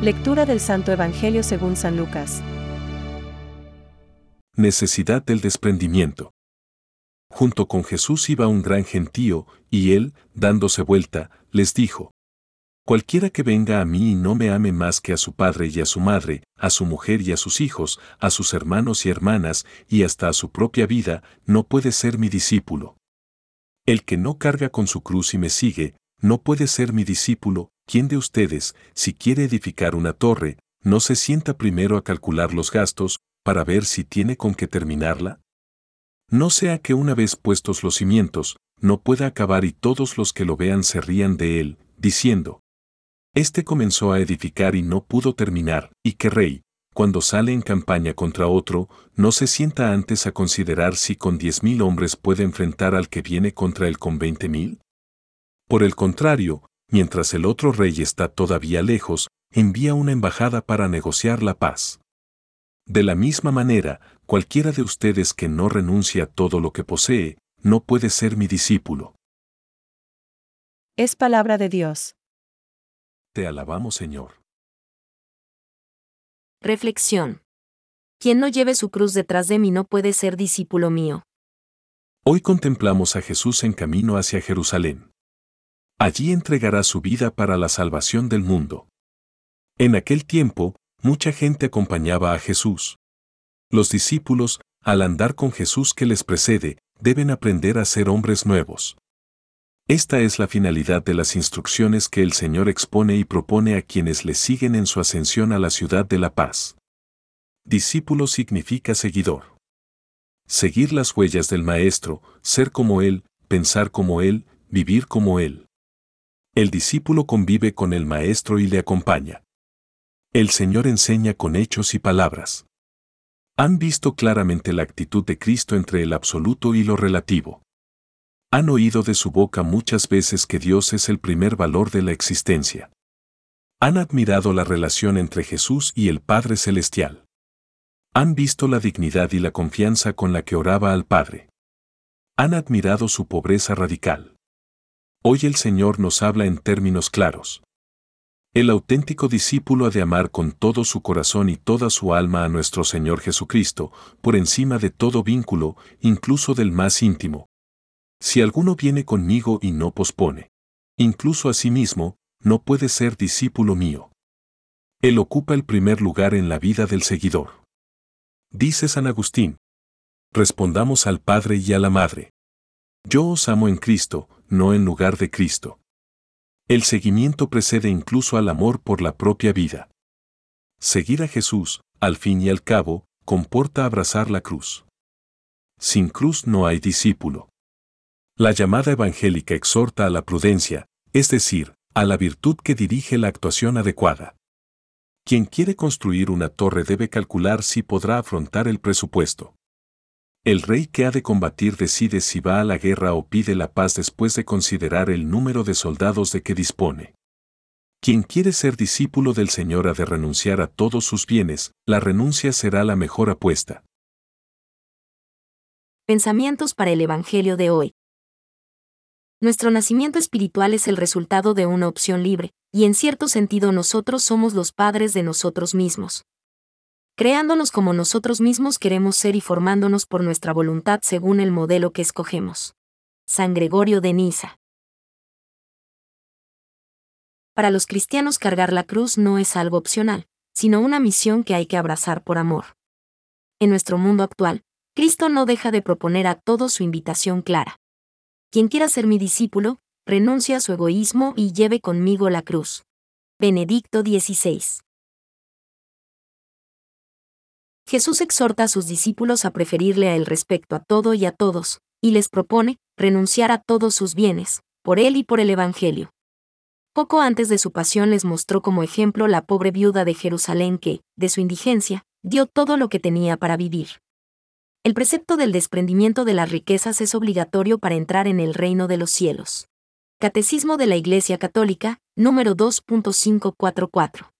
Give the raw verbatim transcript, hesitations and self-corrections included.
Lectura del Santo Evangelio según San Lucas. Necesidad del desprendimiento. Junto con Jesús iba un gran gentío, y él, dándose vuelta, les dijo: Cualquiera que venga a mí y no me ame más que a su padre y a su madre, a su mujer y a sus hijos, a sus hermanos y hermanas, y hasta a su propia vida, no puede ser mi discípulo. El que no carga con su cruz y me sigue, no puede ser mi discípulo. ¿Quién de ustedes, si quiere edificar una torre, no se sienta primero a calcular los gastos, para ver si tiene con qué terminarla? No sea que una vez puestos los cimientos, no pueda acabar y todos los que lo vean se rían de él, diciendo: Este comenzó a edificar y no pudo terminar. ¿Y qué rey, cuando sale en campaña contra otro, no se sienta antes a considerar si con diez mil hombres puede enfrentar al que viene contra él con veinte mil? Por el contrario, mientras el otro rey está todavía lejos, envía una embajada para negociar la paz. De la misma manera, cualquiera de ustedes que no renuncie a todo lo que posee, no puede ser mi discípulo. Es palabra de Dios. Te alabamos, Señor. Reflexión. Quien no lleve su cruz detrás de mí no puede ser discípulo mío. Hoy contemplamos a Jesús en camino hacia Jerusalén. Allí entregará su vida para la salvación del mundo. En aquel tiempo, mucha gente acompañaba a Jesús. Los discípulos, al andar con Jesús que les precede, deben aprender a ser hombres nuevos. Esta es la finalidad de las instrucciones que el Señor expone y propone a quienes le siguen en su ascensión a la ciudad de la paz. Discípulo significa seguidor. Seguir las huellas del Maestro, ser como Él, pensar como Él, vivir como Él. El discípulo convive con el Maestro y le acompaña. El Señor enseña con hechos y palabras. Han visto claramente la actitud de Cristo entre el absoluto y lo relativo. Han oído de su boca muchas veces que Dios es el primer valor de la existencia. Han admirado la relación entre Jesús y el Padre Celestial. Han visto la dignidad y la confianza con la que oraba al Padre. Han admirado su pobreza radical. Hoy el Señor nos habla en términos claros. El auténtico discípulo ha de amar con todo su corazón y toda su alma a nuestro Señor Jesucristo, por encima de todo vínculo, incluso del más íntimo. Si alguno viene conmigo y no pospone, incluso a sí mismo, no puede ser discípulo mío. Él ocupa el primer lugar en la vida del seguidor. Dice San Agustín: respondamos al Padre y a la Madre. Yo os amo en Cristo, no en lugar de Cristo. El seguimiento precede incluso al amor por la propia vida. Seguir a Jesús, al fin y al cabo, comporta abrazar la cruz. Sin cruz no hay discípulo. La llamada evangélica exhorta a la prudencia, es decir, a la virtud que dirige la actuación adecuada. Quien quiere construir una torre debe calcular si podrá afrontar el presupuesto. El rey que ha de combatir decide si va a la guerra o pide la paz después de considerar el número de soldados de que dispone. Quien quiere ser discípulo del Señor ha de renunciar a todos sus bienes, la renuncia será la mejor apuesta. Pensamientos para el Evangelio de hoy. Nuestro nacimiento espiritual es el resultado de una opción libre, y en cierto sentido nosotros somos los padres de nosotros mismos. Creándonos como nosotros mismos queremos ser y formándonos por nuestra voluntad según el modelo que escogemos. San Gregorio de Niza. Para los cristianos cargar la cruz no es algo opcional, sino una misión que hay que abrazar por amor. En nuestro mundo actual, Cristo no deja de proponer a todos su invitación clara. Quien quiera ser mi discípulo, renuncie a su egoísmo y lleve conmigo la cruz. Benedicto dieciséis. Jesús exhorta a sus discípulos a preferirle a él respecto a todo y a todos, y les propone renunciar a todos sus bienes, por él y por el Evangelio. Poco antes de su pasión les mostró como ejemplo la pobre viuda de Jerusalén que, de su indigencia, dio todo lo que tenía para vivir. El precepto del desprendimiento de las riquezas es obligatorio para entrar en el reino de los cielos. Catecismo de la Iglesia Católica, número dos punto quinientos cuarenta y cuatro.